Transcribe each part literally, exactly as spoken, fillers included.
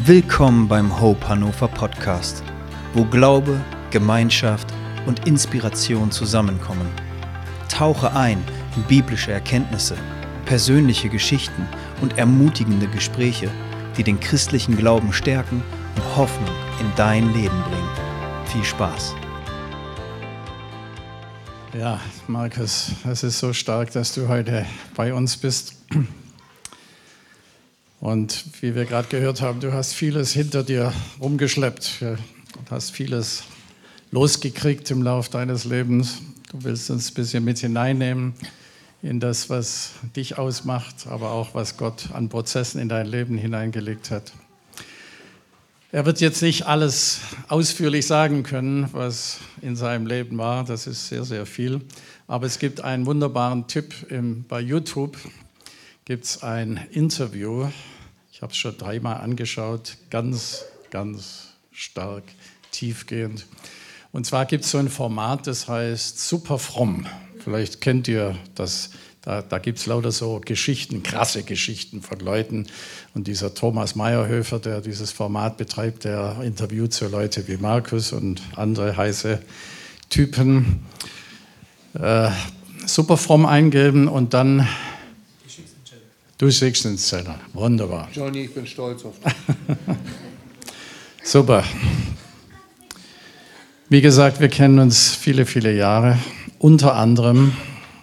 Willkommen beim Hope Hannover Podcast, wo Glaube, Gemeinschaft und Inspiration zusammenkommen. Tauche ein in biblische Erkenntnisse, persönliche Geschichten und ermutigende Gespräche, die den christlichen Glauben stärken und Hoffnung in dein Leben bringen. Viel Spaß! Ja, Markus, es ist so stark, dass du heute bei uns bist. Und wie wir gerade gehört haben, du hast vieles hinter dir rumgeschleppt und hast vieles losgekriegt im Lauf deines Lebens. Du willst uns ein bisschen mit hineinnehmen in das, was dich ausmacht, aber auch was Gott an Prozessen in dein Leben hineingelegt hat. Er wird jetzt nicht alles ausführlich sagen können, was in seinem Leben war. Das ist sehr, sehr viel. Aber es gibt einen wunderbaren Tipp. Im, bei YouTube gibt es ein Interview. Ich habe es schon dreimal angeschaut. Ganz, ganz stark, tiefgehend. Und zwar gibt es so ein Format, das heißt Super Fromm. Vielleicht kennt ihr das. Da, da gibt es lauter so Geschichten, krasse Geschichten von Leuten. Und dieser Thomas Meyerhöfer, der dieses Format betreibt, der interviewt so Leute wie Markus und andere heiße Typen. Äh, Super Fromm eingeben und dann... Du schickst ins Zeller. Wunderbar. Johnny, ich bin stolz auf dich. Super. Wie gesagt, wir kennen uns viele, viele Jahre. Unter anderem...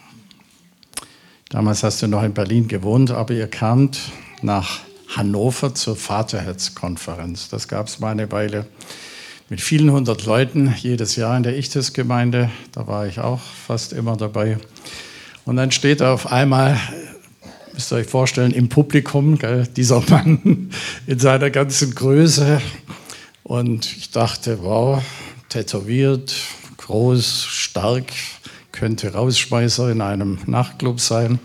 Damals hast du noch in Berlin gewohnt, aber ihr kamt nach Hannover zur Vaterherz-Konferenz. Das gab es mal eine Weile mit vielen hundert Leuten, jedes Jahr in der Ichthys-Gemeinde. Da war ich auch fast immer dabei. Und dann steht auf einmal, müsst ihr euch vorstellen, im Publikum, gell, dieser Mann in seiner ganzen Größe. Und ich dachte, wow, tätowiert, groß, stark, könnte Rausschmeißer in einem Nachtclub sein.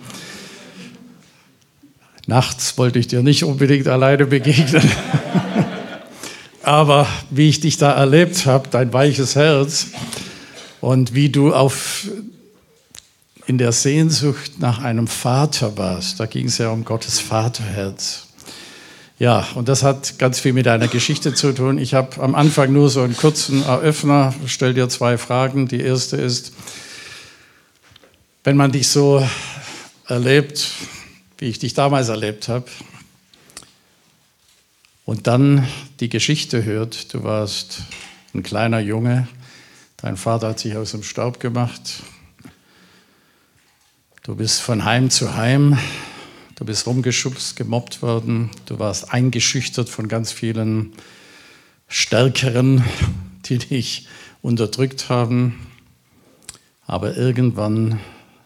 Nachts wollte ich dir nicht unbedingt alleine begegnen. Aber wie ich dich da erlebt habe, dein weiches Herz und wie du auf, in der Sehnsucht nach einem Vater warst, da ging es ja um Gottes Vaterherz. Ja, und das hat ganz viel mit deiner Geschichte zu tun. Ich habe am Anfang nur so einen kurzen Eröffner, stell dir zwei Fragen. Die erste ist, wenn man dich so erlebt, wie ich dich damals erlebt habe, und dann die Geschichte hört, du warst ein kleiner Junge, dein Vater hat sich aus dem Staub gemacht, du bist von Heim zu Heim, du bist rumgeschubst, gemobbt worden, du warst eingeschüchtert von ganz vielen Stärkeren, die dich unterdrückt haben, aber irgendwann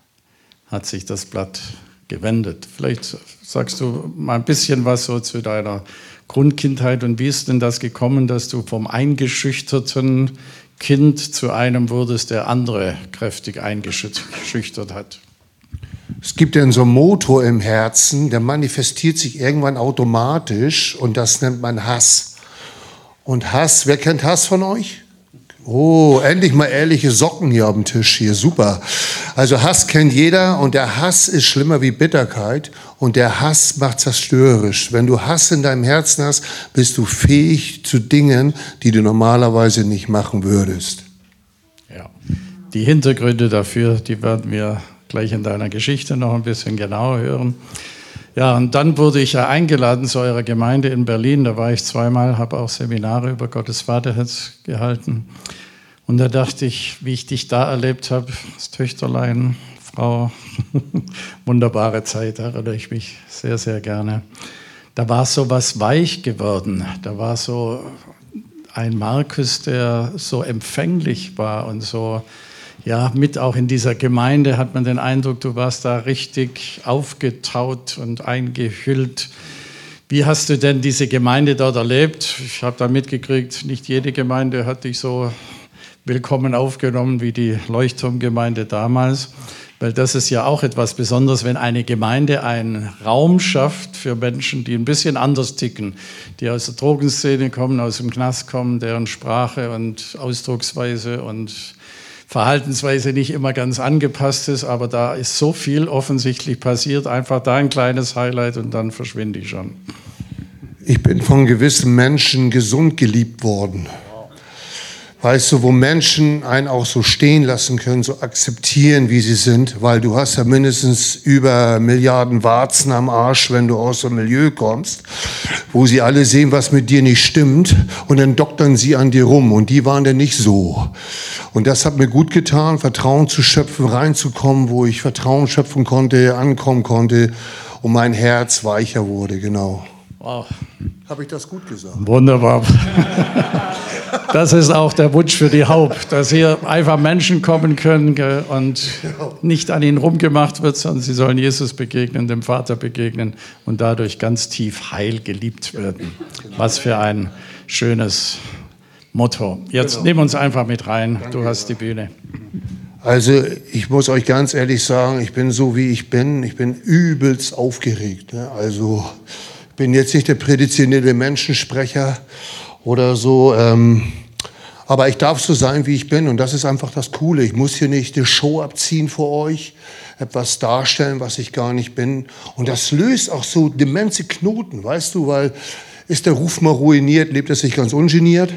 hat sich das Blatt gewendet. Vielleicht sagst du mal ein bisschen was so zu deiner Grundkindheit und wie ist denn das gekommen, dass du vom eingeschüchterten Kind zu einem wurdest, der andere kräftig eingeschüchtert hat? Es gibt ja so einen Motor im Herzen, der manifestiert sich irgendwann automatisch und das nennt man Hass. Und Hass, wer kennt Hass von euch? Oh, endlich mal ehrliche Socken hier auf dem Tisch hier, super. Also Hass kennt jeder und der Hass ist schlimmer wie Bitterkeit und der Hass macht zerstörerisch. Wenn du Hass in deinem Herzen hast, bist du fähig zu Dingen, die du normalerweise nicht machen würdest. Ja, die Hintergründe dafür, die werden wir gleich in deiner Geschichte noch ein bisschen genauer hören. Ja, und dann wurde ich ja eingeladen zu eurer Gemeinde in Berlin. Da war ich zweimal, habe auch Seminare über Gottes Vaterherz gehalten. Und da dachte ich, wie ich dich da erlebt habe, das Töchterlein, Frau, wunderbare Zeit, da erinnere ich mich sehr, sehr gerne. Da war so was weich geworden. Da war so ein Markus, der so empfänglich war und so... Ja, mit auch in dieser Gemeinde hat man den Eindruck, du warst da richtig aufgetaut und eingehüllt. Wie hast du denn diese Gemeinde dort erlebt? Ich habe da mitgekriegt, nicht jede Gemeinde hat dich so willkommen aufgenommen wie die Leuchtturmgemeinde damals. Weil das ist ja auch etwas Besonderes, wenn eine Gemeinde einen Raum schafft für Menschen, die ein bisschen anders ticken, die aus der Drogenszene kommen, aus dem Knast kommen, deren Sprache und Ausdrucksweise und Verhaltensweise nicht immer ganz angepasst ist, aber da ist so viel offensichtlich passiert, einfach da ein kleines Highlight und dann verschwinde ich schon. Ich bin von gewissen Menschen gesund geliebt worden. Weißt du, wo Menschen einen auch so stehen lassen können, so akzeptieren, wie sie sind, weil du hast ja mindestens über Milliarden Warzen am Arsch, wenn du aus so einem Milieu kommst, wo sie alle sehen, was mit dir nicht stimmt und dann doktern sie an dir rum und die waren dann nicht so. Und das hat mir gut getan, Vertrauen zu schöpfen, reinzukommen, wo ich Vertrauen schöpfen konnte, ankommen konnte und mein Herz weicher wurde, genau. Wow. Habe ich das gut gesagt? Wunderbar. Das ist auch der Wunsch für die Haupt, dass hier einfach Menschen kommen können gell, und nicht an ihnen rumgemacht wird, sondern sie sollen Jesus begegnen, dem Vater begegnen und dadurch ganz tief heil geliebt werden. Was für ein schönes Motto. Jetzt genau. Nimm uns einfach mit rein, Danke, du hast die Bühne. Also ich muss euch ganz ehrlich sagen, ich bin so wie ich bin, ich bin übelst aufgeregt. Ne? Also ich bin jetzt nicht der prädestinierte Menschensprecher oder so, ähm, aber ich darf so sein, wie ich bin und das ist einfach das Coole. Ich muss hier nicht die Show abziehen vor euch, etwas darstellen, was ich gar nicht bin und das löst auch so demenze Knoten, weißt du, weil ist der Ruf mal ruiniert, lebt er sich ganz ungeniert.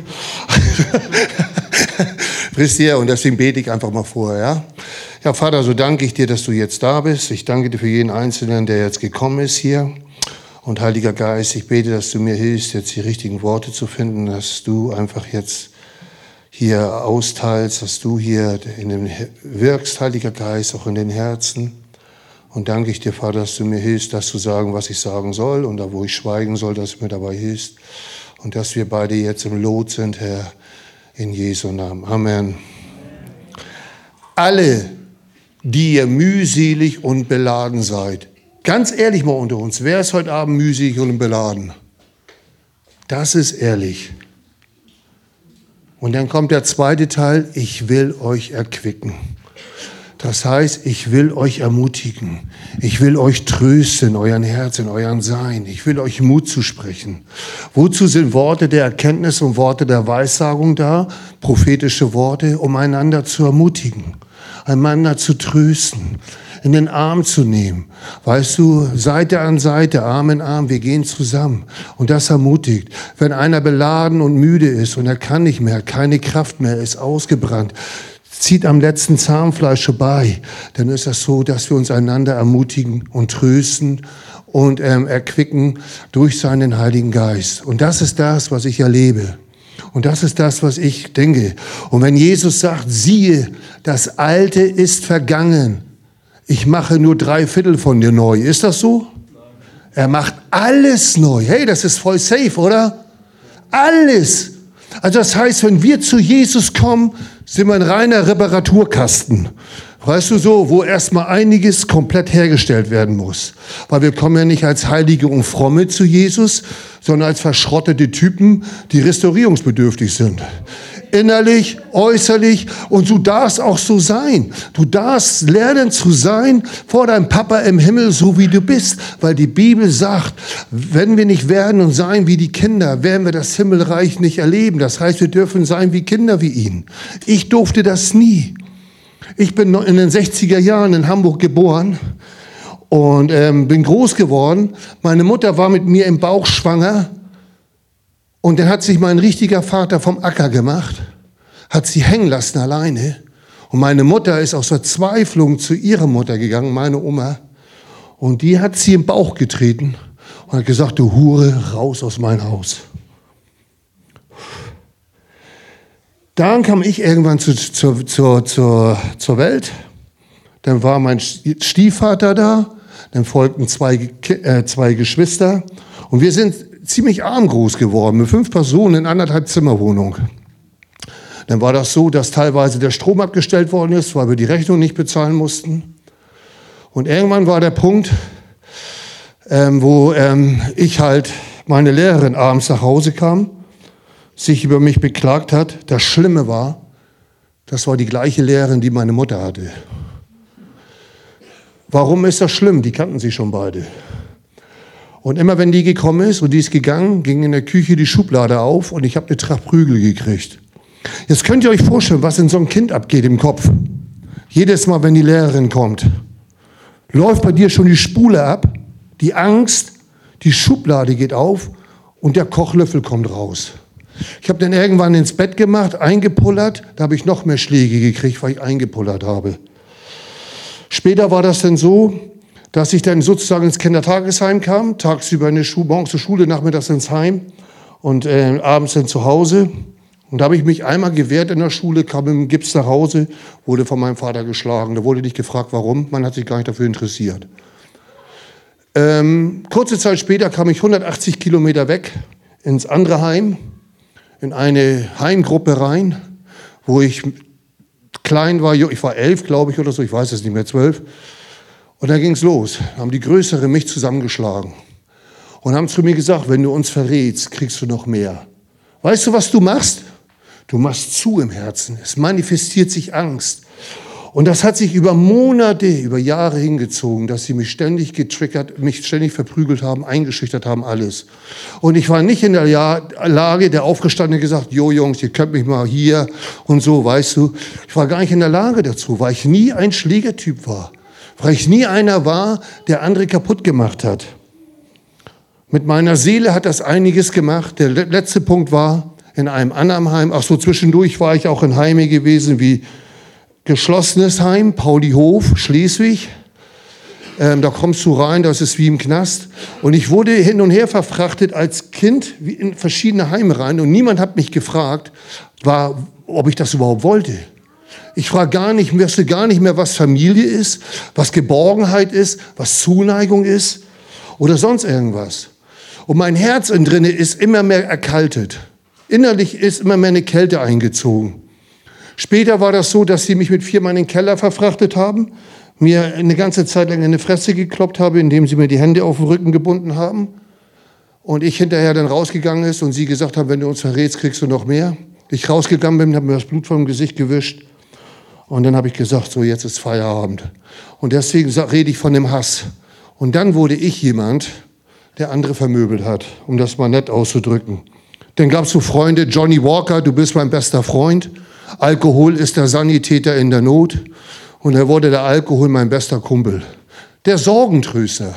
Wisst ihr, und deswegen bete ich einfach mal vorher, ja? Ja, Vater, so danke ich dir, dass du jetzt da bist. Ich danke dir für jeden Einzelnen, der jetzt gekommen ist hier. Und Heiliger Geist, ich bete, dass du mir hilfst, jetzt die richtigen Worte zu finden, dass du einfach jetzt hier austeilst, dass du hier in dem wirkst, Heiliger Geist, auch in den Herzen. Und danke ich dir, Vater, dass du mir hilfst, das zu sagen, was ich sagen soll und da, wo ich schweigen soll, dass du mir dabei hilfst. Und dass wir beide jetzt im Lot sind, Herr, in Jesu Namen. Amen. Alle, die ihr mühselig und beladen seid, ganz ehrlich mal unter uns, wer ist heute Abend mühselig und beladen? Das ist ehrlich. Und dann kommt der zweite Teil, ich will euch erquicken. Das heißt, ich will euch ermutigen. Ich will euch trösten in euren Herz, in euren Sein. Ich will euch Mut zusprechen. Wozu sind Worte der Erkenntnis und Worte der Weissagung da? Prophetische Worte, um einander zu ermutigen, einander zu trösten, in den Arm zu nehmen. Weißt du, Seite an Seite, Arm in Arm, wir gehen zusammen. Und das ermutigt. Wenn einer beladen und müde ist und er kann nicht mehr, keine Kraft mehr, ist ausgebrannt, zieht am letzten Zahnfleisch vorbei, dann ist das so, dass wir uns einander ermutigen und trösten und ähm, erquicken durch seinen Heiligen Geist. Und das ist das, was ich erlebe. Und das ist das, was ich denke. Und wenn Jesus sagt, siehe, das Alte ist vergangen, ich mache nur drei Viertel von dir neu. Ist das so? Er macht alles neu. Hey, das ist voll safe, oder? Alles. Also das heißt, wenn wir zu Jesus kommen, sind wir ein reiner Reparaturkasten. Weißt du so, wo erstmal einiges komplett hergestellt werden muss. Weil wir kommen ja nicht als Heilige und Fromme zu Jesus, sondern als verschrottete Typen, die restaurierungsbedürftig sind. Innerlich, äußerlich, und du darfst auch so sein. Du darfst lernen zu sein vor deinem Papa im Himmel, so wie du bist. Weil die Bibel sagt, wenn wir nicht werden und sein wie die Kinder, werden wir das Himmelreich nicht erleben. Das heißt, wir dürfen sein wie Kinder wie ihn. Ich durfte das nie. Ich bin in den sechziger Jahren in Hamburg geboren und ähm, bin groß geworden. Meine Mutter war mit mir im Bauch schwanger. Und dann hat sich mein richtiger Vater vom Acker gemacht, hat sie hängen lassen alleine. Und meine Mutter ist aus Verzweiflung zu ihrer Mutter gegangen, meine Oma. Und die hat sie im Bauch getreten und hat gesagt, du Hure, raus aus meinem Haus. Dann kam ich irgendwann zu, zu, zu, zu, zur Welt. Dann war mein Stiefvater da. Dann folgten zwei, äh, zwei Geschwister. Und wir sind ziemlich arm groß geworden, mit fünf Personen in anderthalb Zimmerwohnung. Dann war das so, dass teilweise der Strom abgestellt worden ist, weil wir die Rechnung nicht bezahlen mussten. Und irgendwann war der Punkt, ähm, wo ähm, ich halt, meine Lehrerin abends nach Hause kam, sich über mich beklagt hat. Das Schlimme war, das war die gleiche Lehrerin, die meine Mutter hatte. Warum ist das schlimm? Die kannten sie schon beide. Und immer wenn die gekommen ist und die ist gegangen, ging in der Küche die Schublade auf und ich habe eine Tracht Prügel gekriegt. Jetzt könnt ihr euch vorstellen, was in so einem Kind abgeht im Kopf. Jedes Mal, wenn die Lehrerin kommt, läuft bei dir schon die Spule ab, die Angst, die Schublade geht auf und der Kochlöffel kommt raus. Ich habe dann irgendwann ins Bett gemacht, eingepullert, da habe ich noch mehr Schläge gekriegt, weil ich eingepullert habe. Später war das dann so, dass ich dann sozusagen ins Kindertagesheim kam, tagsüber in die Schule, morgens zur Schule, nachmittags ins Heim und äh, abends dann zu Hause. Und da habe ich mich einmal gewehrt in der Schule, kam mit dem Gips nach Hause, wurde von meinem Vater geschlagen. Da wurde nicht gefragt, warum, man hat sich gar nicht dafür interessiert. Ähm, kurze Zeit später kam ich hundertachtzig Kilometer weg ins andere Heim, in eine Heimgruppe rein, wo ich klein war, ich war elf, glaube ich, oder so, ich weiß es nicht mehr, zwölf. Und dann ging es los, haben die Größere mich zusammengeschlagen und haben zu mir gesagt, wenn du uns verrätst, kriegst du noch mehr. Weißt du, was du machst? Du machst zu im Herzen, es manifestiert sich Angst. Und das hat sich über Monate, über Jahre hingezogen, dass sie mich ständig getriggert, mich ständig verprügelt haben, eingeschüchtert haben, alles. Und ich war nicht in der Lage, der Aufgestandene gesagt, jo Jungs, ihr könnt mich mal hier und so, weißt du. Ich war gar nicht in der Lage dazu, weil ich nie ein Schlägertyp war. Weil ich nie einer war, der andere kaputt gemacht hat. Mit meiner Seele hat das einiges gemacht. Der letzte Punkt war in einem anderen Heim. Ach so, zwischendurch war ich auch in Heime gewesen wie geschlossenes Heim, Paulihof, Schleswig. Ähm, da kommst du rein, das ist wie im Knast. Und ich wurde hin und her verfrachtet als Kind in verschiedene Heime rein. Und niemand hat mich gefragt, war, ob ich das überhaupt wollte. Ich frage gar nicht, wusste gar nicht mehr, was Familie ist, was Geborgenheit ist, was Zuneigung ist oder sonst irgendwas. Und mein Herz innen drin ist immer mehr erkaltet. Innerlich ist immer mehr eine Kälte eingezogen. Später war das so, dass sie mich mit viermal in den Keller verfrachtet haben, mir eine ganze Zeit lang in die Fresse gekloppt habe, indem sie mir die Hände auf den Rücken gebunden haben. Und ich hinterher dann rausgegangen ist und sie gesagt haben, wenn du uns verrätst, kriegst du noch mehr. Ich rausgegangen bin, habe mir das Blut vom Gesicht gewischt. Und dann habe ich gesagt, so jetzt ist Feierabend. Und deswegen rede ich von dem Hass. Und dann wurde ich jemand, der andere vermöbelt hat, um das mal nett auszudrücken. Dann gab es so Freunde, Johnny Walker, du bist mein bester Freund. Alkohol ist der Sanitäter in der Not. Und da wurde der Alkohol mein bester Kumpel. Der Sorgentröster.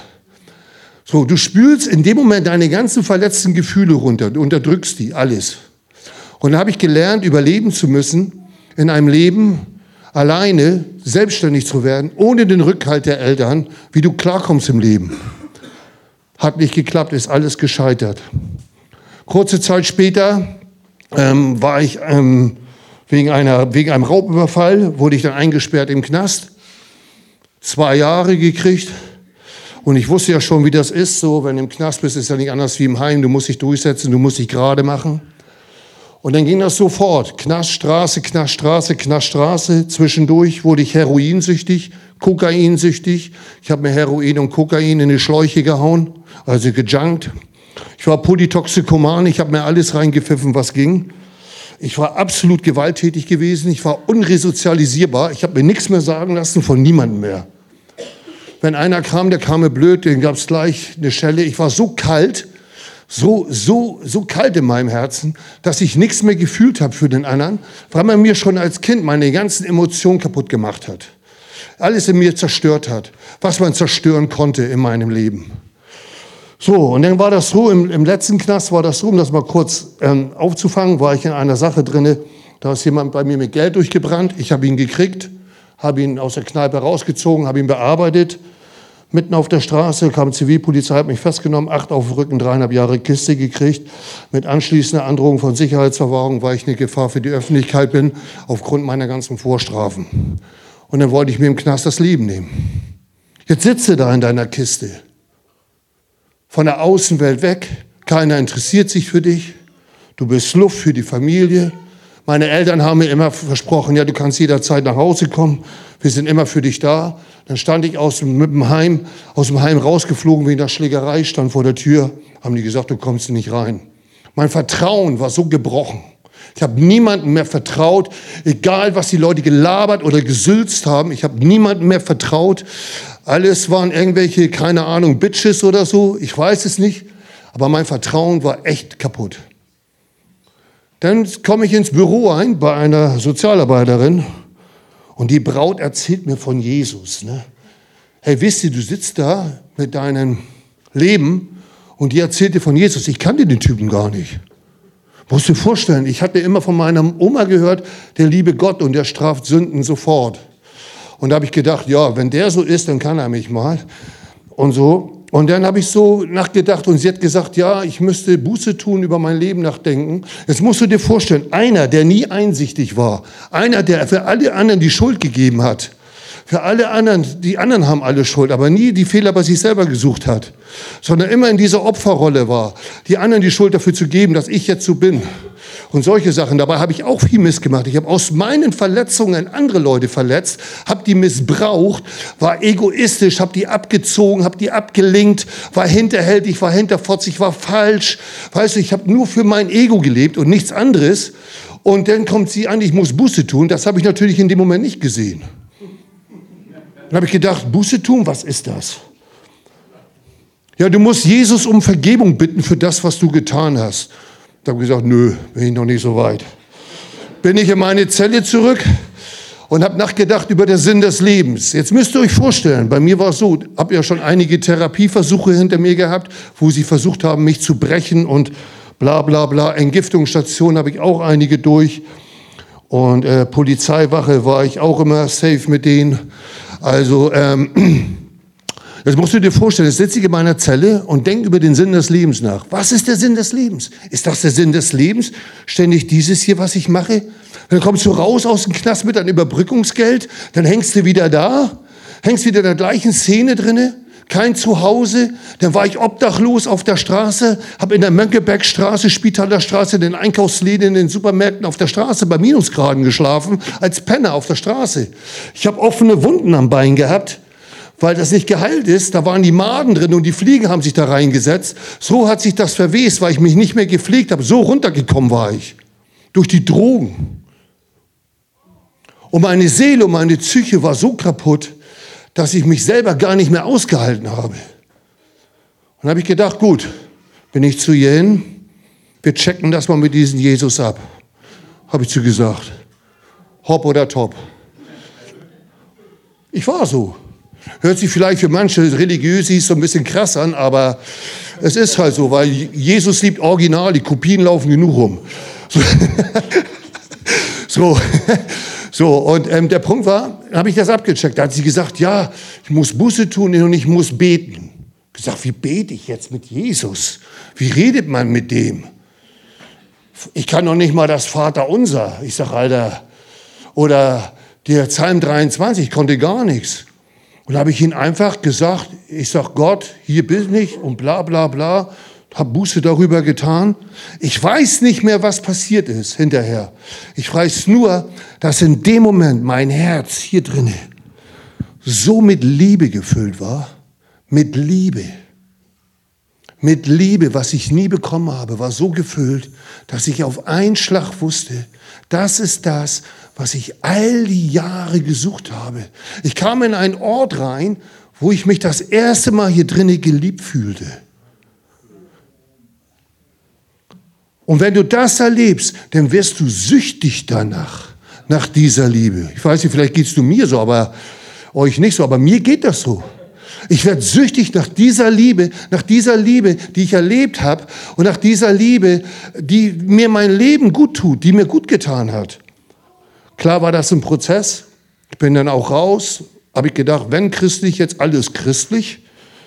So, du spülst in dem Moment deine ganzen verletzten Gefühle runter, du unterdrückst die, alles. Und da habe ich gelernt, überleben zu müssen, in einem Leben alleine selbstständig zu werden, ohne den Rückhalt der Eltern, wie du klarkommst im Leben. Hat nicht geklappt, ist alles gescheitert. Kurze Zeit später ähm, war ich ähm, wegen, einer, wegen einem Raubüberfall, wurde ich dann eingesperrt im Knast. Zwei Jahre gekriegt. Und ich wusste ja schon, wie das ist. So, wenn du im Knast bist, ist es ja nicht anders wie im Heim. Du musst dich durchsetzen, du musst dich gerade machen. Und dann ging das sofort. Knaststraße, Knaststraße, Knaststraße. Zwischendurch wurde ich heroinsüchtig, kokainsüchtig. Ich habe mir Heroin und Kokain in die Schläuche gehauen, also gejunkt. Ich war Polytoxikoman, ich habe mir alles reingepfiffen, was ging. Ich war absolut gewalttätig gewesen, ich war unresozialisierbar. Ich habe mir nichts mehr sagen lassen von niemandem mehr. Wenn einer kam, der kam mir blöd, den gab es gleich eine Schelle. Ich war so kalt, so, so, so kalt in meinem Herzen, dass ich nichts mehr gefühlt habe für den anderen, weil man mir schon als Kind meine ganzen Emotionen kaputt gemacht hat. Alles in mir zerstört hat, was man zerstören konnte in meinem Leben. So, und dann war das so, im, im letzten Knast war das so, um das mal kurz ähm, aufzufangen, war ich in einer Sache drin, da ist jemand bei mir mit Geld durchgebrannt, ich habe ihn gekriegt, habe ihn aus der Kneipe rausgezogen, habe ihn bearbeitet. Mitten auf der Straße kam Zivilpolizei, hat mich festgenommen, acht auf dem Rücken, dreieinhalb Jahre Kiste gekriegt, mit anschließender Androhung von Sicherheitsverwahrung, weil ich eine Gefahr für die Öffentlichkeit bin, aufgrund meiner ganzen Vorstrafen. Und dann wollte ich mir im Knast das Leben nehmen. Jetzt sitze da in deiner Kiste, von der Außenwelt weg, keiner interessiert sich für dich, du bist Luft für die Familie. Meine Eltern haben mir immer versprochen, ja, du kannst jederzeit nach Hause kommen, wir sind immer für dich da. Dann stand ich aus dem, mit dem Heim, aus dem Heim rausgeflogen wegen der Schlägerei, stand vor der Tür, haben die gesagt, du kommst nicht rein. Mein Vertrauen war so gebrochen. Ich habe niemandem mehr vertraut, egal was die Leute gelabert oder gesülzt haben, ich habe niemandem mehr vertraut. Alles waren irgendwelche, keine Ahnung, Bitches oder so, ich weiß es nicht, aber mein Vertrauen war echt kaputt. Dann komme ich ins Büro ein bei einer Sozialarbeiterin und die Braut erzählt mir von Jesus. Ne? Hey, wisst ihr, du sitzt da mit deinem Leben Und die erzählte von Jesus. Ich kannte den Typen gar nicht. Musst du dir vorstellen, ich hatte immer von meiner Oma gehört, der liebe Gott und der straft Sünden sofort. Und da habe ich gedacht, ja, wenn der so ist, dann kann er mich mal. Und so. Und dann habe ich so nachgedacht und sie hat gesagt, ja, ich müsste Buße tun, über mein Leben nachdenken. Jetzt musst du dir vorstellen, einer, der nie einsichtig war, einer, der für alle anderen die Schuld gegeben hat, für alle anderen, die anderen haben alle Schuld, aber nie die Fehler bei sich selber gesucht hat, sondern immer in dieser Opferrolle war, die anderen die Schuld dafür zu geben, dass ich jetzt so bin. Und solche Sachen. Dabei habe ich auch viel Mist gemacht. Ich habe aus meinen Verletzungen andere Leute verletzt, habe die missbraucht, war egoistisch, habe die abgezogen, habe die abgelenkt, war hinterhältig, war hinterfotzig, war falsch. Weißt du, ich habe nur für mein Ego gelebt und nichts anderes. Und dann kommt sie an, ich muss Buße tun. Das habe ich natürlich in dem Moment nicht gesehen. Dann habe ich gedacht, Buße tun, was ist das? Ja, du musst Jesus um Vergebung bitten für das, was du getan hast. Da habe ich gesagt, nö, bin ich noch nicht so weit. Bin ich in meine Zelle zurück und habe nachgedacht über den Sinn des Lebens. Jetzt müsst ihr euch vorstellen, bei mir war es so, habe ja schon einige Therapieversuche hinter mir gehabt, wo sie versucht haben, mich zu brechen und bla bla bla. Entgiftungsstationen habe ich auch einige durch. Und äh, Polizeiwache war ich auch immer safe mit denen. Also, ähm, jetzt musst du dir vorstellen, jetzt sitze ich in meiner Zelle und denke über den Sinn des Lebens nach. Was ist der Sinn des Lebens? Ist das der Sinn des Lebens? Ständig dieses hier, was ich mache? Dann kommst du raus aus dem Knast mit einem Überbrückungsgeld, dann hängst du wieder da, hängst wieder in der gleichen Szene drinne, kein Zuhause. Dann war ich obdachlos auf der Straße, habe in der Mönckebergstraße, Spitaler Straße, in den Einkaufsläden, in den Supermärkten auf der Straße bei Minusgraden geschlafen, als Penner auf der Straße. Ich habe offene Wunden am Bein gehabt, weil das nicht geheilt ist. Da waren die Maden drin und die Fliegen haben sich da reingesetzt. So hat sich das verwest, weil ich mich nicht mehr gepflegt habe. So runtergekommen war ich. Durch die Drogen. Und meine Seele und meine Psyche war so kaputt, dass ich mich selber gar nicht mehr ausgehalten habe. Und dann habe ich gedacht, gut, bin ich zu ihr hin, wir checken das mal mit diesem Jesus ab. Habe ich zu gesagt. Hopp oder top. Ich war so. Hört sich vielleicht für manche Religiösis so ein bisschen krass an, aber es ist halt so, weil Jesus liebt Original, die Kopien laufen genug rum. So, so, so und ähm, der Punkt war, habe ich das abgecheckt. Da hat sie gesagt, ja, ich muss Buße tun und ich muss beten. Ich gesagt, wie bete ich jetzt mit Jesus? Wie redet man mit dem? Ich kann doch nicht mal das Vaterunser. Ich sage, Alter, oder der Psalm dreiundzwanzig, ich konnte gar nichts. Und da habe ich ihm einfach gesagt, ich sage, Gott, hier bin ich und bla bla bla, habe Buße darüber getan. Ich weiß nicht mehr, was passiert ist hinterher. Ich weiß nur, dass in dem Moment mein Herz hier drinne so mit Liebe gefüllt war, mit Liebe. Mit Liebe, was ich nie bekommen habe, war so gefüllt, dass ich auf einen Schlag wusste, das ist das, was ich all die Jahre gesucht habe. Ich kam in einen Ort rein, wo ich mich das erste Mal hier drinnen geliebt fühlte. Und wenn du das erlebst, dann wirst du süchtig danach, nach dieser Liebe. Ich weiß nicht, vielleicht geht es nur mir so, aber euch nicht so, aber mir geht das so. Ich werde süchtig nach dieser Liebe, nach dieser Liebe, die ich erlebt habe und nach dieser Liebe, die mir mein Leben gut tut, die mir gut getan hat. Klar war das ein Prozess. Ich bin dann auch raus, habe ich gedacht, wenn christlich, jetzt alles christlich.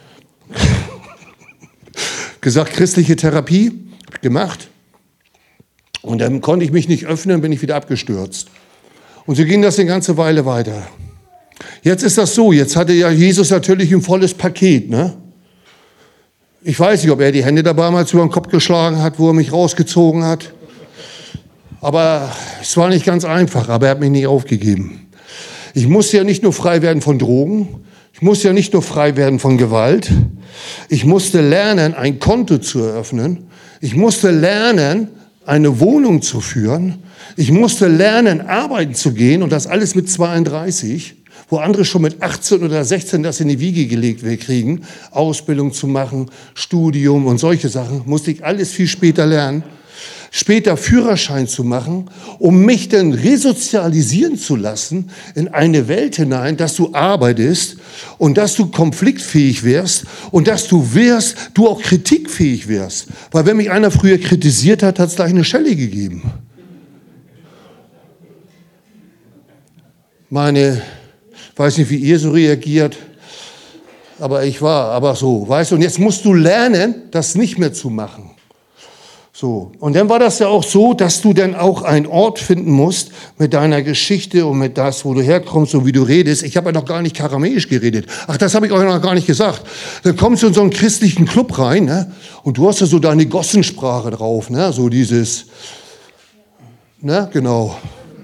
Gesagt, christliche Therapie, habe ich gemacht. Und dann konnte ich mich nicht öffnen, bin ich wieder abgestürzt. Und so ging das eine ganze Weile weiter. Jetzt ist das so, jetzt hatte ja Jesus natürlich ein volles Paket, ne? Ich weiß nicht, ob er die Hände dabei mal über den Kopf geschlagen hat, wo er mich rausgezogen hat. Aber es war nicht ganz einfach, aber er hat mich nicht aufgegeben. Ich musste ja nicht nur frei werden von Drogen, ich musste ja nicht nur frei werden von Gewalt, ich musste lernen, ein Konto zu eröffnen, ich musste lernen, eine Wohnung zu führen, ich musste lernen, arbeiten zu gehen und das alles mit zweiunddreißig, wo andere schon mit achtzehn oder sechzehn das in die Wiege gelegt kriegen, Ausbildung zu machen, Studium und solche Sachen, musste ich alles viel später lernen. später Führerschein zu machen, um mich dann resozialisieren zu lassen in eine Welt hinein, dass du arbeitest und dass du konfliktfähig wirst und dass du wirst, du auch kritikfähig wirst. Weil wenn mich einer früher kritisiert hat, hat es gleich eine Schelle gegeben. Meine, ich weiß nicht, wie ihr so reagiert, aber ich war aber so, weißt du, und jetzt musst du lernen, das nicht mehr zu machen. So, und dann war das ja auch so, dass du dann auch einen Ort finden musst mit deiner Geschichte und mit das, wo du herkommst und wie du redest. Ich habe ja noch gar nicht Karamelisch geredet. Ach, das habe ich euch noch gar nicht gesagt. Dann kommst du in so einen christlichen Club rein, ne? Und du hast ja so deine Gossensprache drauf, ne? So dieses, ne, genau.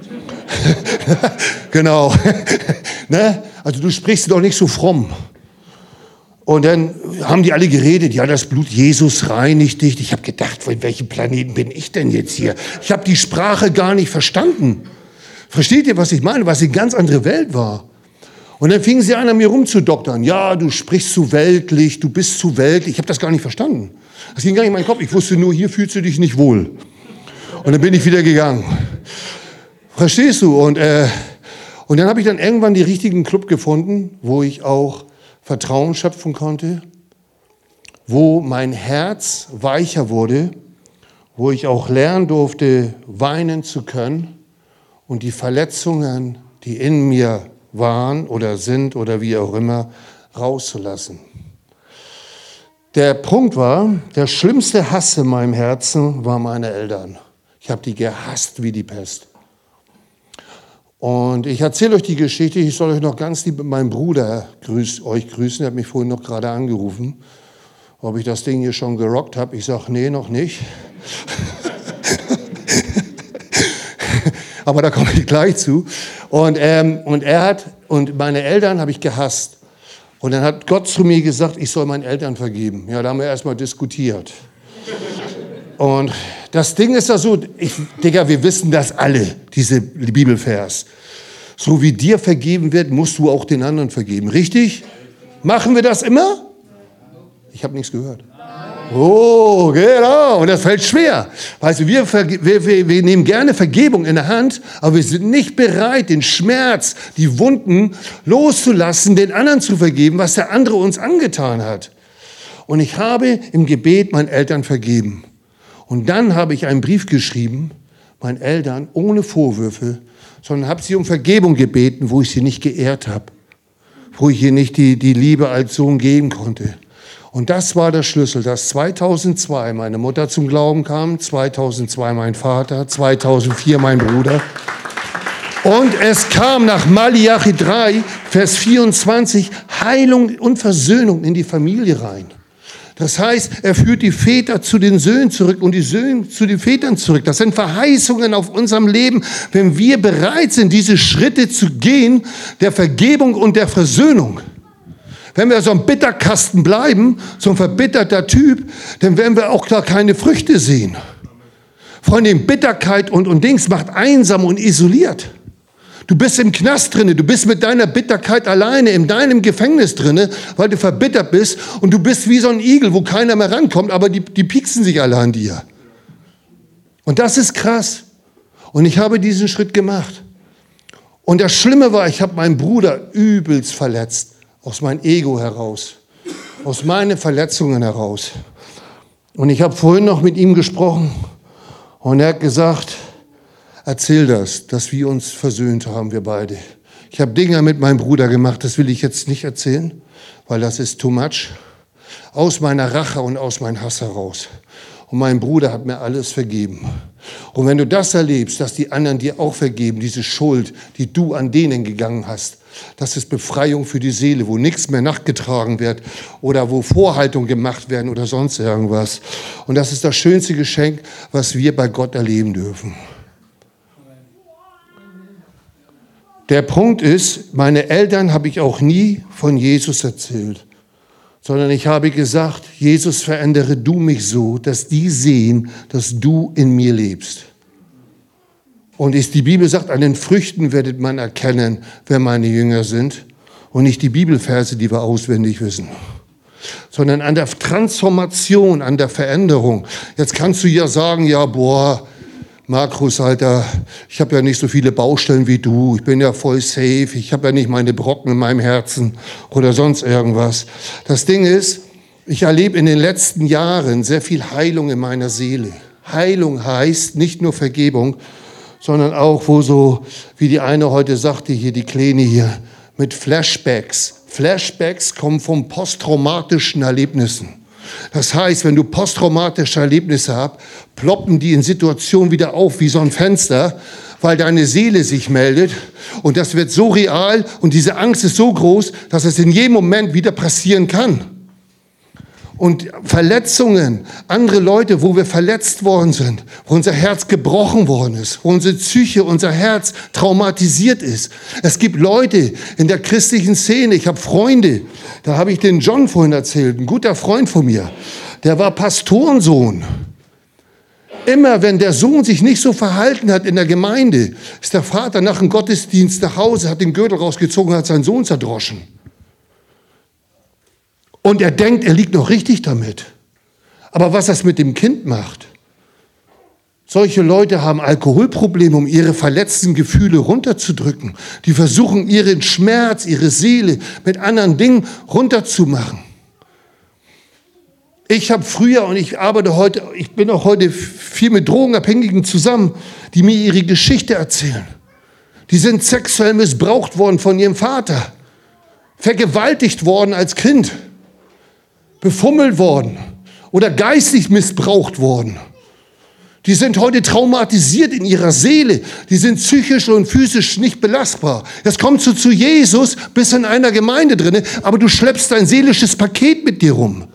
Genau. Ne? Also du sprichst doch nicht so fromm. Und dann haben die alle geredet, ja, das Blut Jesus reinigt dich. Ich habe gedacht, von welchem Planeten bin ich denn jetzt hier? Ich habe die Sprache gar nicht verstanden. Versteht ihr, was ich meine? Was eine ganz andere Welt war. Und dann fingen sie an, an mir rumzudoktern. Ja, du sprichst zu weltlich, du bist zu weltlich. Ich habe das gar nicht verstanden. Das ging gar nicht in meinen Kopf. Ich wusste nur, hier fühlst du dich nicht wohl. Und dann bin ich wieder gegangen. Verstehst du? Und, äh, und dann habe ich dann irgendwann den richtigen Club gefunden, wo ich auch Vertrauen schöpfen konnte, wo mein Herz weicher wurde, wo ich auch lernen durfte, weinen zu können und die Verletzungen, die in mir waren oder sind oder wie auch immer, rauszulassen. Der Punkt war, der schlimmste Hass in meinem Herzen waren meine Eltern. Ich habe die gehasst wie die Pest. Und ich erzähle euch die Geschichte, ich soll euch noch ganz lieb mit meinem Bruder grüß, euch grüßen, er hat mich vorhin noch gerade angerufen, ob ich das Ding hier schon gerockt habe. Ich sage, nee, noch nicht. Aber da komme ich gleich zu. Und, ähm, und er hat, und meine Eltern habe ich gehasst. Und dann hat Gott zu mir gesagt, ich soll meinen Eltern vergeben. Ja, da haben wir erstmal diskutiert. Und das Ding ist ja so, ich, Digga, wir wissen das alle, diese Bibelvers. So wie dir vergeben wird, musst du auch den anderen vergeben. Richtig? Machen wir das immer? Ich habe nichts gehört. Oh, genau. Und das fällt schwer. Weißt du, wir, wir, wir, wir nehmen gerne Vergebung in der Hand, aber wir sind nicht bereit, den Schmerz, die Wunden loszulassen, den anderen zu vergeben, was der andere uns angetan hat. Und ich habe im Gebet meinen Eltern vergeben. Und dann habe ich einen Brief geschrieben, meinen Eltern, ohne Vorwürfe, sondern habe sie um Vergebung gebeten, wo ich sie nicht geehrt habe, wo ich ihr nicht die, die Liebe als Sohn geben konnte. Und das war der Schlüssel, dass zweitausendzwei meine Mutter zum Glauben kam, zweitausendzwei mein Vater, zweitausendvier mein Bruder. Und es kam nach Malachi drei, Vers vierundzwanzig, Heilung und Versöhnung in die Familie rein. Das heißt, er führt die Väter zu den Söhnen zurück und die Söhne zu den Vätern zurück. Das sind Verheißungen auf unserem Leben, wenn wir bereit sind, diese Schritte zu gehen, der Vergebung und der Versöhnung. Wenn wir so ein Bitterkasten bleiben, so ein verbitterter Typ, dann werden wir auch gar keine Früchte sehen. Vor allem Bitterkeit und, und Dings macht einsam und isoliert. Du bist im Knast drinne, du bist mit deiner Bitterkeit alleine in deinem Gefängnis drinne, weil du verbittert bist und du bist wie so ein Igel, wo keiner mehr rankommt, aber die, die pieksen sich alle an dir. Und das ist krass. Und ich habe diesen Schritt gemacht. Und das Schlimme war, ich habe meinen Bruder übelst verletzt, aus meinem Ego heraus, aus meinen Verletzungen heraus. Und ich habe vorhin noch mit ihm gesprochen und er hat gesagt, erzähl das, dass wir uns versöhnt haben, wir beide. Ich habe Dinge mit meinem Bruder gemacht, das will ich jetzt nicht erzählen, weil das ist too much. Aus meiner Rache und aus meinem Hass heraus. Und mein Bruder hat mir alles vergeben. Und wenn du das erlebst, dass die anderen dir auch vergeben, diese Schuld, die du an denen gegangen hast, das ist Befreiung für die Seele, wo nichts mehr nachgetragen wird oder wo Vorhaltungen gemacht werden oder sonst irgendwas. Und das ist das schönste Geschenk, was wir bei Gott erleben dürfen. Der Punkt ist, meine Eltern habe ich auch nie von Jesus erzählt, sondern ich habe gesagt, Jesus, verändere du mich so, dass die sehen, dass du in mir lebst. Und ist, die Bibel sagt, an den Früchten werdet man erkennen, wer meine Jünger sind und nicht die Bibelverse, die wir auswendig wissen. sondern an der Transformation, an der Veränderung. Jetzt kannst du ja sagen, ja, boah, Markus, Alter, ich habe ja nicht so viele Baustellen wie du, ich bin ja voll safe, ich habe ja nicht meine Brocken in meinem Herzen oder sonst irgendwas. Das Ding ist, ich erlebe in den letzten Jahren sehr viel Heilung in meiner Seele. Heilung heißt nicht nur Vergebung, sondern auch, wo so, wie die eine heute sagte, hier die Kleine hier, mit Flashbacks. Flashbacks kommen von posttraumatischen Erlebnissen. Das heißt, wenn du posttraumatische Erlebnisse hast, ploppen die in Situationen wieder auf wie so ein Fenster, weil deine Seele sich meldet. Und das wird so real und diese Angst ist so groß, dass es in jedem Moment wieder passieren kann. Und Verletzungen, andere Leute, wo wir verletzt worden sind, wo unser Herz gebrochen worden ist, wo unsere Psyche, unser Herz traumatisiert ist. Es gibt Leute in der christlichen Szene, ich habe Freunde, da habe ich den John vorhin erzählt, ein guter Freund von mir, der war Pastorensohn. Immer wenn der Sohn sich nicht so verhalten hat in der Gemeinde, ist der Vater nach dem Gottesdienst nach Hause, hat den Gürtel rausgezogen und hat seinen Sohn zerdroschen. Und er denkt, er liegt noch richtig damit. Aber was das mit dem Kind macht, solche Leute haben Alkoholprobleme, um ihre verletzten Gefühle runterzudrücken. Die versuchen, ihren Schmerz, ihre Seele mit anderen Dingen runterzumachen. Ich habe früher und ich arbeite heute, ich bin auch heute viel mit Drogenabhängigen zusammen, die mir ihre Geschichte erzählen. Die sind sexuell missbraucht worden von ihrem Vater, vergewaltigt worden als Kind, befummelt worden oder geistig missbraucht worden. Die sind heute traumatisiert in ihrer Seele. Die sind psychisch und physisch nicht belastbar. Jetzt kommst du zu Jesus, bist in einer Gemeinde drin, aber du schleppst dein seelisches Paket mit dir rum.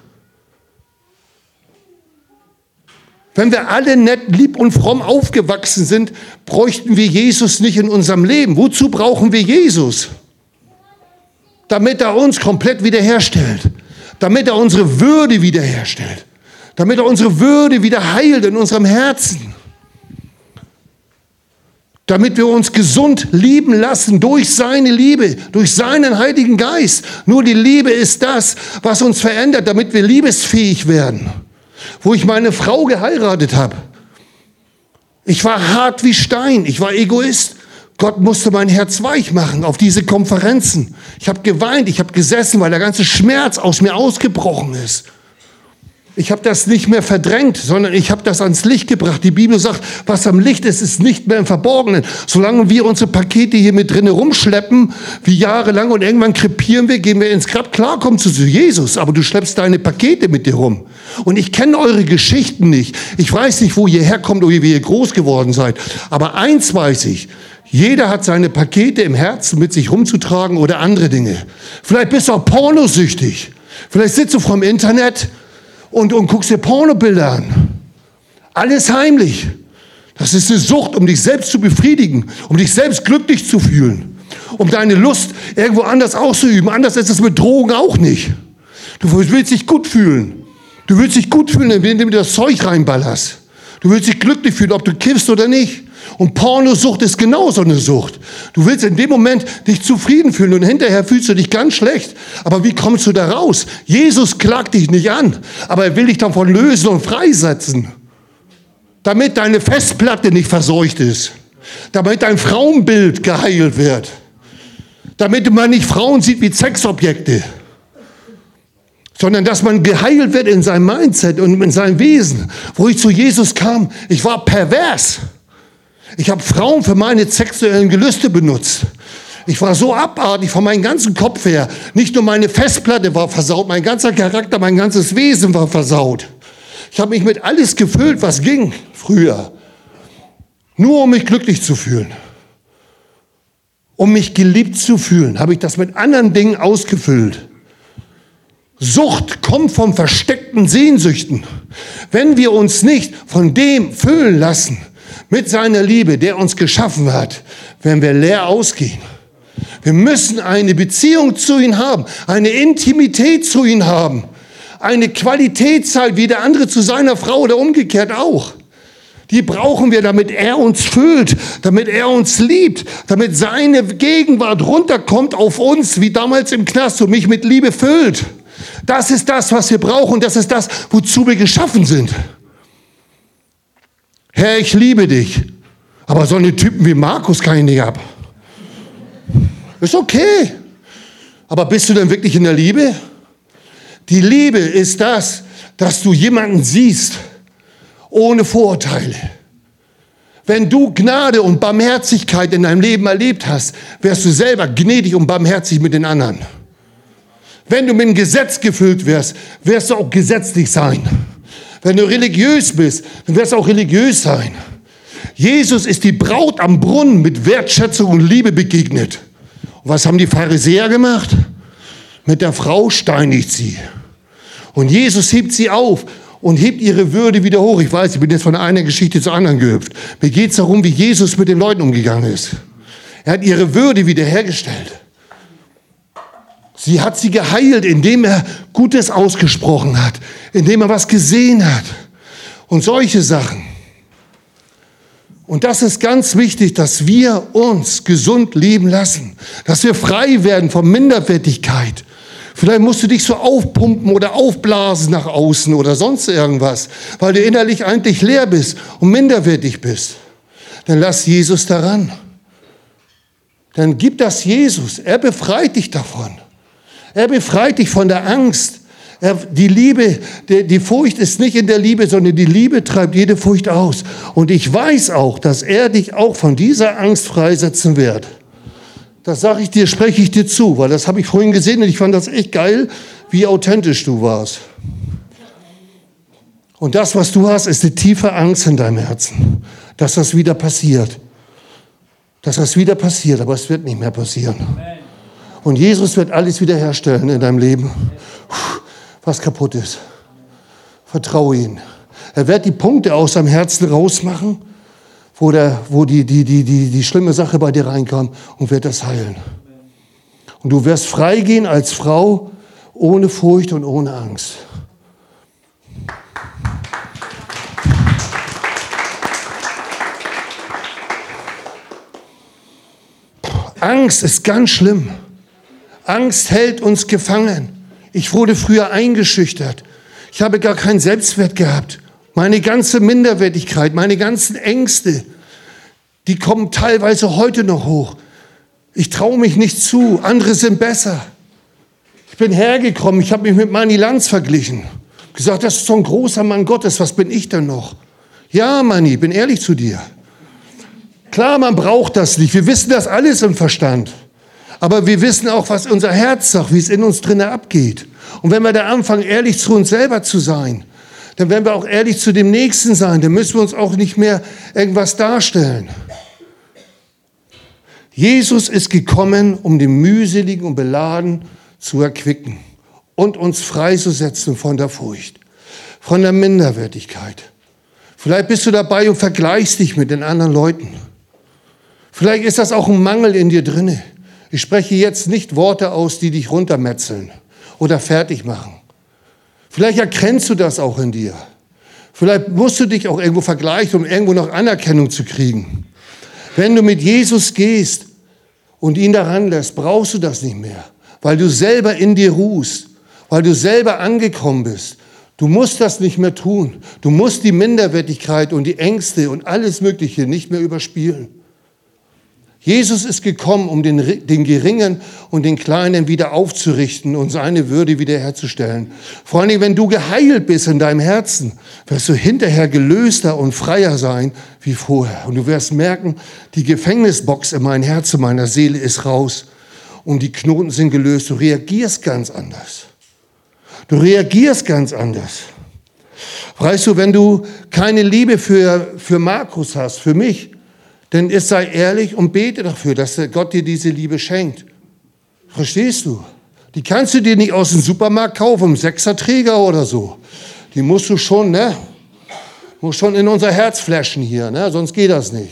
Wenn wir alle nett, lieb und fromm aufgewachsen sind, bräuchten wir Jesus nicht in unserem Leben. Wozu brauchen wir Jesus? Damit er uns komplett wiederherstellt. Damit er unsere Würde wiederherstellt. Damit er unsere Würde wieder heilt in unserem Herzen. Damit wir uns gesund lieben lassen durch seine Liebe, durch seinen Heiligen Geist. Nur die Liebe ist das, was uns verändert, damit wir liebesfähig werden. Wo ich meine Frau geheiratet habe. Ich war hart wie Stein, ich war Egoist. Gott musste mein Herz weich machen auf diese Konferenzen. Ich habe geweint, ich habe gesessen, weil der ganze Schmerz aus mir ausgebrochen ist. Ich habe das nicht mehr verdrängt, sondern ich habe das ans Licht gebracht. Die Bibel sagt, was am Licht ist, ist nicht mehr im Verborgenen. Solange wir unsere Pakete hier mit drinnen rumschleppen, wie jahrelang und irgendwann krepieren wir, gehen wir ins Grab. Klar kommst du zu Jesus, aber du schleppst deine Pakete mit dir rum. Und ich kenne eure Geschichten nicht. Ich weiß nicht, wo ihr herkommt oder wie ihr groß geworden seid. Aber eins weiß ich, jeder hat seine Pakete im Herzen mit sich rumzutragen oder andere Dinge. Vielleicht bist du auch pornosüchtig. Vielleicht sitzt du vom Internet und, und guckst dir Pornobilder an. Alles heimlich. Das ist eine Sucht, um dich selbst zu befriedigen, um dich selbst glücklich zu fühlen, um deine Lust irgendwo anders auszuüben. Anders ist es mit Drogen auch nicht. Du willst dich gut fühlen. Du willst dich gut fühlen, indem du das Zeug reinballerst. Du willst dich glücklich fühlen, ob du kiffst oder nicht. Und Pornosucht ist genauso eine Sucht. Du willst in dem Moment dich zufrieden fühlen und hinterher fühlst du dich ganz schlecht. Aber wie kommst du da raus? Jesus klagt dich nicht an, aber er will dich davon lösen und freisetzen. Damit deine Festplatte nicht verseucht ist. Damit dein Frauenbild geheilt wird. Damit man nicht Frauen sieht wie Sexobjekte. Sondern dass man geheilt wird in seinem Mindset und in seinem Wesen. Wo ich zu Jesus kam, ich war pervers. Ich habe Frauen für meine sexuellen Gelüste benutzt. Ich war so abartig von meinem ganzen Kopf her. Nicht nur meine Festplatte war versaut, mein ganzer Charakter, mein ganzes Wesen war versaut. Ich habe mich mit alles gefüllt, was ging früher. Nur um mich glücklich zu fühlen. Um mich geliebt zu fühlen, habe ich das mit anderen Dingen ausgefüllt. Sucht kommt von versteckten Sehnsüchten. Wenn wir uns nicht von dem füllen lassen, mit seiner Liebe, der uns geschaffen hat, werden wir leer ausgehen. Wir müssen eine Beziehung zu ihm haben, eine Intimität zu ihm haben, eine Qualitätszeit wie der andere zu seiner Frau oder umgekehrt auch. Die brauchen wir, damit er uns füllt, damit er uns liebt, damit seine Gegenwart runterkommt auf uns, wie damals im Knast und mich mit Liebe füllt. Das ist das, was wir brauchen. Das ist das, wozu wir geschaffen sind. Herr, ich liebe dich. Aber so eine Typen wie Markus kann ich nicht ab. Ist okay. Aber bist du denn wirklich in der Liebe? Die Liebe ist das, dass du jemanden siehst, ohne Vorurteile. Wenn du Gnade und Barmherzigkeit in deinem Leben erlebt hast, wärst du selber gnädig und barmherzig mit den anderen. Wenn du mit dem Gesetz gefüllt wärst, wirst du auch gesetzlich sein. Wenn du religiös bist, dann wirst du auch religiös sein. Jesus ist die Braut am Brunnen mit Wertschätzung und Liebe begegnet. Und was haben die Pharisäer gemacht? Mit der Frau steinigt sie. Und Jesus hebt sie auf und hebt ihre Würde wieder hoch. Ich weiß, ich bin jetzt von einer Geschichte zur anderen gehüpft. Mir geht es darum, wie Jesus mit den Leuten umgegangen ist. Er hat ihre Würde wiederhergestellt. Sie hat sie geheilt, indem er Gutes ausgesprochen hat, indem er was gesehen hat und solche Sachen. Und das ist ganz wichtig, dass wir uns gesund leben lassen, dass wir frei werden von Minderwertigkeit. Vielleicht musst du dich so aufpumpen oder aufblasen nach außen oder sonst irgendwas, weil du innerlich eigentlich leer bist und minderwertig bist. Dann lass Jesus daran. Dann gib das Jesus. Er befreit dich davon. Er befreit dich von der Angst. Er, die Liebe, die, die Furcht ist nicht in der Liebe, sondern die Liebe treibt jede Furcht aus. Und ich weiß auch, dass er dich auch von dieser Angst freisetzen wird. Das sage ich dir, spreche ich dir zu, weil das habe ich vorhin gesehen und ich fand das echt geil, wie authentisch du warst. Und das, was du hast, ist eine tiefe Angst in deinem Herzen, dass das wieder passiert. Dass das wieder passiert, aber es wird nicht mehr passieren. Und Jesus wird alles wiederherstellen in deinem Leben, was kaputt ist. Vertraue ihm. Er wird die Punkte aus deinem Herzen rausmachen, wo, der, wo die, die, die, die, die schlimme Sache bei dir reinkommt und wird das heilen. Und du wirst freigehen als Frau ohne Furcht und ohne Angst. Angst ist ganz schlimm. Angst hält uns gefangen. Ich wurde früher eingeschüchtert. Ich habe gar keinen Selbstwert gehabt. Meine ganze Minderwertigkeit, meine ganzen Ängste, die kommen teilweise heute noch hoch. Ich traue mich nicht zu, andere sind besser. Ich bin hergekommen, ich habe mich mit Manni Lanz verglichen. Gesagt, das ist so ein großer Mann Gottes, was bin ich denn noch? Ja, Manni, bin ehrlich zu dir. Klar, man braucht das nicht, wir wissen das alles im Verstand. Aber wir wissen auch, was unser Herz sagt, wie es in uns drinnen abgeht. Und wenn wir da anfangen, ehrlich zu uns selber zu sein, dann werden wir auch ehrlich zu dem Nächsten sein. Dann müssen wir uns auch nicht mehr irgendwas darstellen. Jesus ist gekommen, um den mühseligen und beladen zu erquicken und uns freizusetzen von der Furcht, von der Minderwertigkeit. Vielleicht bist du dabei und vergleichst dich mit den anderen Leuten. Vielleicht ist das auch ein Mangel in dir drinne. Ich spreche jetzt nicht Worte aus, die dich runtermetzeln oder fertig machen. Vielleicht erkennst du das auch in dir. Vielleicht musst du dich auch irgendwo vergleichen, um irgendwo noch Anerkennung zu kriegen. Wenn du mit Jesus gehst und ihn daran lässt, brauchst du das nicht mehr, weil du selber in dir ruhst, weil du selber angekommen bist. Du musst das nicht mehr tun. Du musst die Minderwertigkeit und die Ängste und alles Mögliche nicht mehr überspielen. Jesus ist gekommen, um den, den Geringen und den Kleinen wieder aufzurichten und seine Würde wiederherzustellen. Vor allem, wenn du geheilt bist in deinem Herzen, wirst du hinterher gelöster und freier sein wie vorher. Und du wirst merken, die Gefängnisbox in meinem Herzen, meiner Seele ist raus und die Knoten sind gelöst. Du reagierst ganz anders. Du reagierst ganz anders. Weißt du, wenn du keine Liebe für, für Markus hast, für mich, denn es sei ehrlich und bete dafür, dass Gott dir diese Liebe schenkt. Verstehst du? Die kannst du dir nicht aus dem Supermarkt kaufen, im Sechserträger oder so. Die musst du schon, ne? Musst schon in unser Herz flashen hier, ne? Sonst geht das nicht.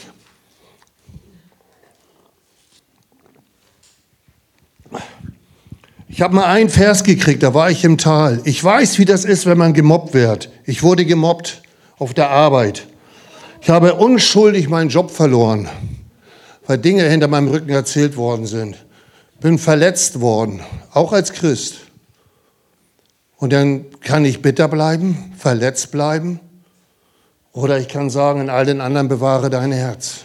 Ich habe mal einen Vers gekriegt, da war ich im Tal. Ich weiß, wie das ist, wenn man gemobbt wird. Ich wurde gemobbt auf der Arbeit. Ich habe unschuldig meinen Job verloren, weil Dinge hinter meinem Rücken erzählt worden sind. Bin verletzt worden, auch als Christ. Und dann kann ich bitter bleiben, verletzt bleiben. Oder ich kann sagen, in all den anderen bewahre dein Herz.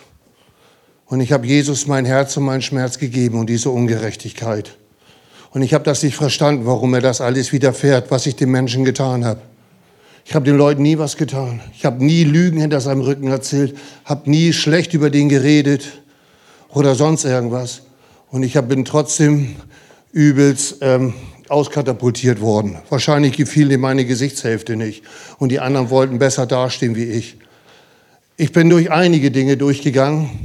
Und ich habe Jesus mein Herz und meinen Schmerz gegeben und diese Ungerechtigkeit. Und ich habe das nicht verstanden, warum mir das alles widerfährt, was ich den Menschen getan habe. Ich habe den Leuten nie was getan. Ich habe nie Lügen hinter seinem Rücken erzählt, habe nie schlecht über den geredet oder sonst irgendwas. Und ich hab, bin trotzdem übelst ähm, auskatapultiert worden. Wahrscheinlich gefiel ihm meine Gesichtshälfte nicht. Und die anderen wollten besser dastehen wie ich. Ich bin durch einige Dinge durchgegangen,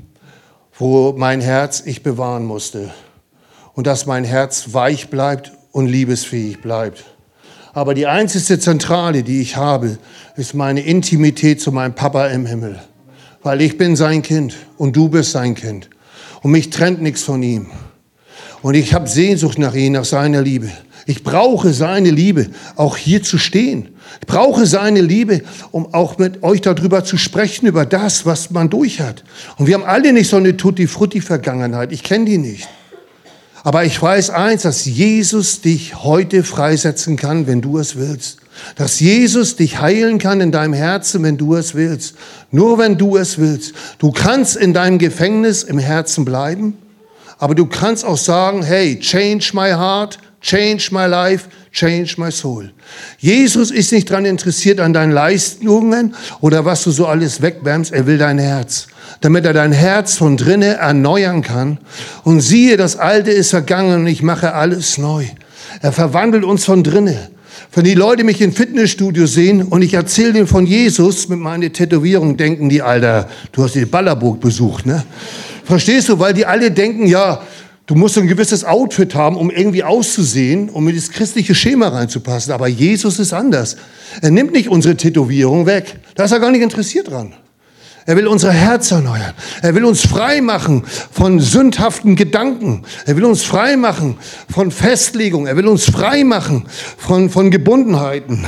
wo mein Herz ich bewahren musste. Und dass mein Herz weich bleibt und liebesfähig bleibt. Aber die einzige Zentrale, die ich habe, ist meine Intimität zu meinem Papa im Himmel. Weil ich bin sein Kind und du bist sein Kind. Und mich trennt nichts von ihm. Und ich habe Sehnsucht nach ihm, nach seiner Liebe. Ich brauche seine Liebe, auch hier zu stehen. Ich brauche seine Liebe, um auch mit euch darüber zu sprechen, über das, was man durch hat. Und wir haben alle nicht so eine Tutti-Frutti-Vergangenheit. Ich kenne die nicht. Aber ich weiß eins, dass Jesus dich heute freisetzen kann, wenn du es willst. Dass Jesus dich heilen kann in deinem Herzen, wenn du es willst. Nur wenn du es willst. Du kannst in deinem Gefängnis im Herzen bleiben, aber du kannst auch sagen, hey, change my heart, change my life, change my soul. Jesus ist nicht daran interessiert an deinen Leistungen oder was du so alles wegwärmst. Er will dein Herz, damit er dein Herz von drinnen erneuern kann. Und siehe, das Alte ist vergangen und ich mache alles neu. Er verwandelt uns von drinnen. Wenn die Leute mich im Fitnessstudio sehen und ich erzähle denen von Jesus mit meiner Tätowierung, denken die, Alter, du hast die Ballerburg besucht, ne? Verstehst du? Weil die alle denken, ja, du musst ein gewisses Outfit haben, um irgendwie auszusehen, um in das christliche Schema reinzupassen. Aber Jesus ist anders. Er nimmt nicht unsere Tätowierung weg. Da ist er gar nicht interessiert dran. Er will unser Herz erneuern. Er will uns frei machen von sündhaften Gedanken. Er will uns frei machen von Festlegungen. Er will uns frei machen von, von Gebundenheiten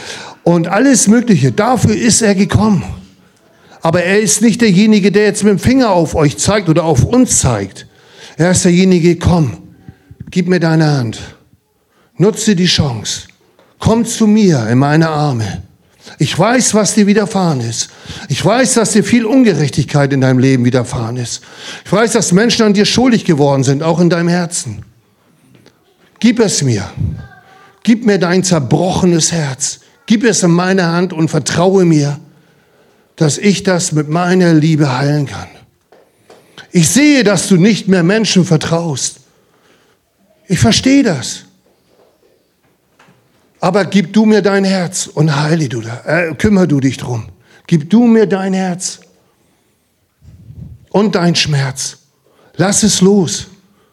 und alles Mögliche. Dafür ist er gekommen. Aber er ist nicht derjenige, der jetzt mit dem Finger auf euch zeigt oder auf uns zeigt. Er ist derjenige, komm, gib mir deine Hand. Nutze die Chance. Komm zu mir in meine Arme. Ich weiß, was dir widerfahren ist. Ich weiß, dass dir viel Ungerechtigkeit in deinem Leben widerfahren ist. Ich weiß, dass Menschen an dir schuldig geworden sind, auch in deinem Herzen. Gib es mir. Gib mir dein zerbrochenes Herz. Gib es in meine Hand und vertraue mir, dass ich das mit meiner Liebe heilen kann. Ich sehe, dass du nicht mehr Menschen vertraust. Ich verstehe das. Aber gib du mir dein Herz und heile du da, äh, kümmere du dich drum. Gib du mir dein Herz und dein Schmerz. Lass es los.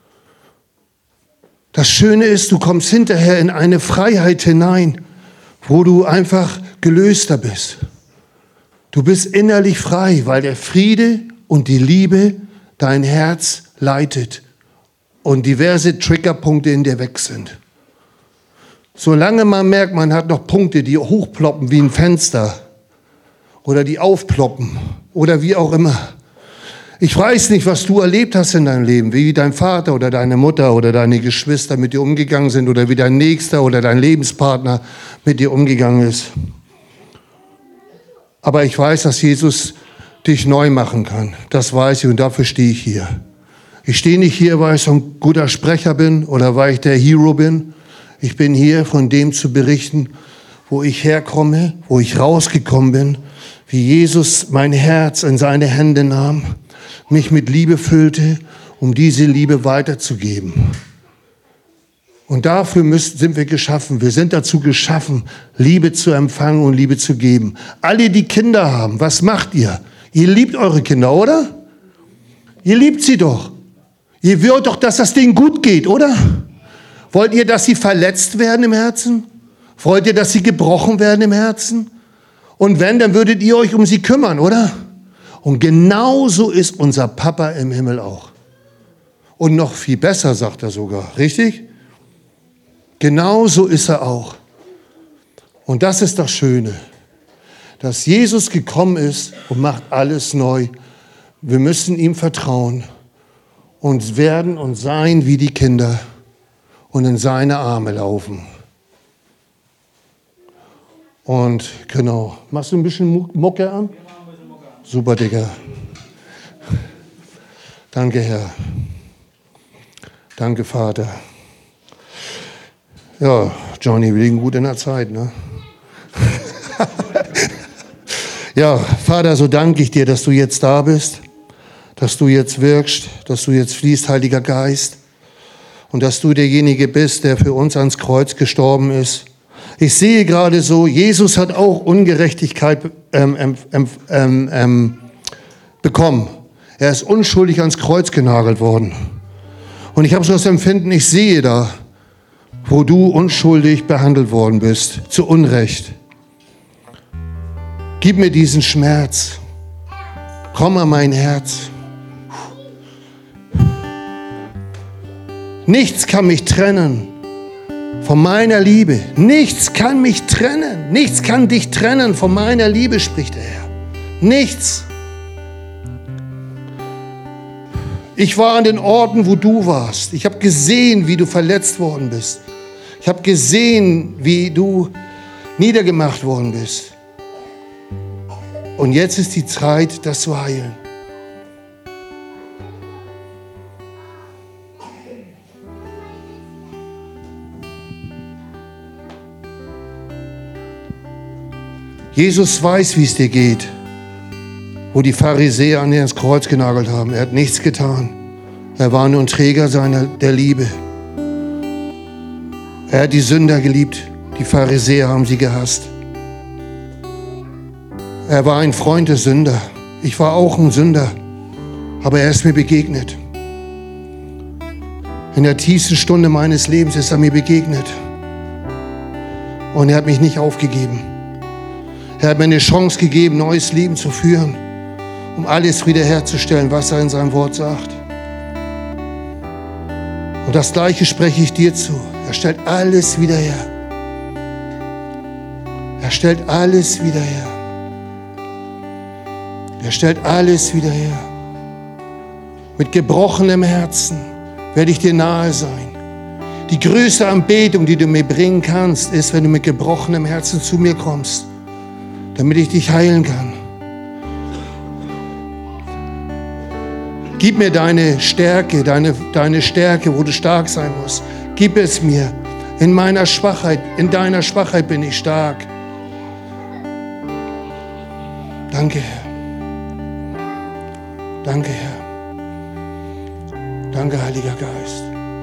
Das Schöne ist, du kommst hinterher in eine Freiheit hinein, wo du einfach gelöster bist. Du bist innerlich frei, weil der Friede und die Liebe dein Herz leitet und diverse Triggerpunkte in dir weg sind. Solange man merkt, man hat noch Punkte, die hochploppen wie ein Fenster oder die aufploppen oder wie auch immer. Ich weiß nicht, was du erlebt hast in deinem Leben, wie dein Vater oder deine Mutter oder deine Geschwister mit dir umgegangen sind oder wie dein Nächster oder dein Lebenspartner mit dir umgegangen ist. Aber ich weiß, dass Jesus dich neu machen kann. Das weiß ich und dafür stehe ich hier. Ich stehe nicht hier, weil ich so ein guter Sprecher bin oder weil ich der Hero bin. Ich bin hier, von dem zu berichten, wo ich herkomme, wo ich rausgekommen bin, wie Jesus mein Herz in seine Hände nahm, mich mit Liebe füllte, um diese Liebe weiterzugeben. Und dafür müssen, sind wir geschaffen. Wir sind dazu geschaffen, Liebe zu empfangen und Liebe zu geben. Alle, die Kinder haben, was macht ihr? Ihr liebt eure Kinder, oder? Ihr liebt sie doch. Ihr wollt doch, dass das denen gut geht, oder? Wollt ihr, dass sie verletzt werden im Herzen? Wollt ihr, dass sie gebrochen werden im Herzen? Und wenn, dann würdet ihr euch um sie kümmern, oder? Und genauso ist unser Papa im Himmel auch. Und noch viel besser, sagt er sogar. Richtig? Genauso ist er auch. Und das ist das Schöne, dass Jesus gekommen ist und macht alles neu. Wir müssen ihm vertrauen und werden und sein wie die Kinder und in seine Arme laufen. Und genau. Machst du ein bisschen Mucke an? Super, Digga. Danke, Herr. Danke, Vater. Ja, Johnny, wir liegen gut in der Zeit, ne? Ja, Vater, so danke ich dir, dass du jetzt da bist, dass du jetzt wirkst, dass du jetzt fließt, Heiliger Geist, und dass du derjenige bist, der für uns ans Kreuz gestorben ist. Ich sehe gerade so, Jesus hat auch Ungerechtigkeit ähm, ähm, ähm, ähm, bekommen. Er ist unschuldig ans Kreuz genagelt worden. Und ich habe so das Empfinden, ich sehe da, wo du unschuldig behandelt worden bist, zu Unrecht. Gib mir diesen Schmerz. Komm an mein Herz. Nichts kann mich trennen von meiner Liebe. Nichts kann mich trennen. Nichts kann dich trennen von meiner Liebe, spricht der Herr. Nichts. Ich war an den Orten, wo du warst. Ich habe gesehen, wie du verletzt worden bist. Ich habe gesehen, wie du niedergemacht worden bist. Und jetzt ist die Zeit, das zu heilen. Jesus weiß, wie es dir geht, wo die Pharisäer an ihn ans Kreuz genagelt haben. Er hat nichts getan. Er war nur ein Träger seiner, der Liebe. Er hat die Sünder geliebt. Die Pharisäer haben sie gehasst. Er war ein Freund der Sünder. Ich war auch ein Sünder. Aber er ist mir begegnet. In der tiefsten Stunde meines Lebens ist er mir begegnet. Und er hat mich nicht aufgegeben. Er hat mir eine Chance gegeben, neues Leben zu führen, um alles wiederherzustellen, was er in seinem Wort sagt. Und das Gleiche spreche ich dir zu. Er stellt alles wieder her. Er stellt alles wieder her. Er stellt alles wieder her. Mit gebrochenem Herzen werde ich dir nahe sein. Die größte Anbetung, die du mir bringen kannst, ist, wenn du mit gebrochenem Herzen zu mir kommst, damit ich dich heilen kann. Gib mir deine Stärke, deine, deine Stärke, wo du stark sein musst. Gib es mir. In meiner Schwachheit, in deiner Schwachheit bin ich stark. Danke, Herr. Danke, Herr. Danke, Heiliger Geist.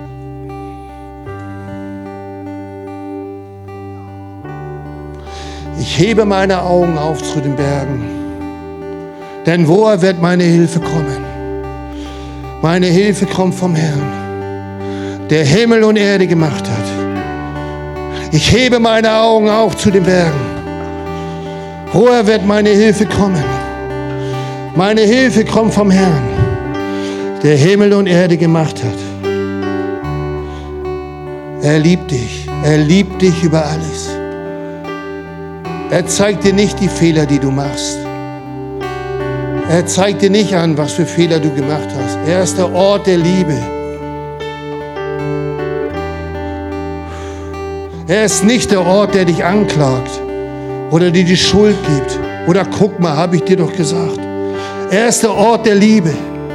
Ich hebe meine Augen auf zu den Bergen, denn woher wird meine Hilfe kommen? Meine Hilfe kommt vom Herrn, der Himmel und Erde gemacht hat. Ich hebe meine Augen auf zu den Bergen. Woher wird meine Hilfe kommen? Meine Hilfe kommt vom Herrn, der Himmel und Erde gemacht hat. Er liebt dich. Er liebt dich über alles. Er zeigt dir nicht die Fehler, die du machst. Er zeigt dir nicht an, was für Fehler du gemacht hast. Er ist der Ort der Liebe. Er ist nicht der Ort, der dich anklagt oder dir die Schuld gibt. Oder guck mal, habe ich dir doch gesagt. Er ist der Ort der Liebe.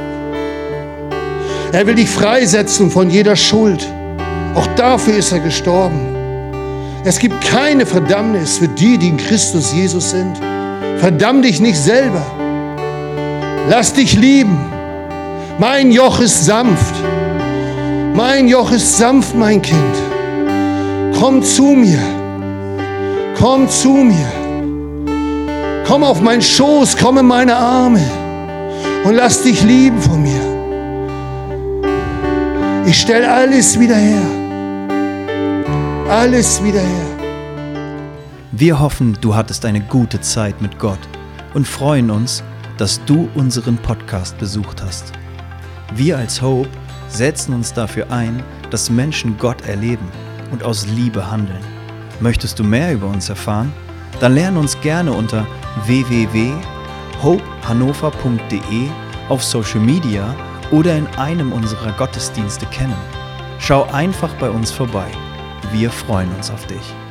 Er will dich freisetzen von jeder Schuld. Auch dafür ist er gestorben. Es gibt keine Verdammnis für die, die in Christus Jesus sind. Verdamm dich nicht selber. Lass dich lieben. Mein Joch ist sanft. Mein Joch ist sanft, mein Kind. Komm zu mir. Komm zu mir. Komm auf meinen Schoß, komm in meine Arme und lass dich lieben von mir. Ich stelle alles wieder her. Alles wieder her. Wir hoffen, du hattest eine gute Zeit mit Gott und freuen uns, dass du unseren Podcast besucht hast. Wir als Hope setzen uns dafür ein, dass Menschen Gott erleben und aus Liebe handeln. Möchtest du mehr über uns erfahren? Dann lerne uns gerne unter w w w punkt hope hannover punkt d e auf Social Media oder in einem unserer Gottesdienste kennen. Schau einfach bei uns vorbei. Wir freuen uns auf dich.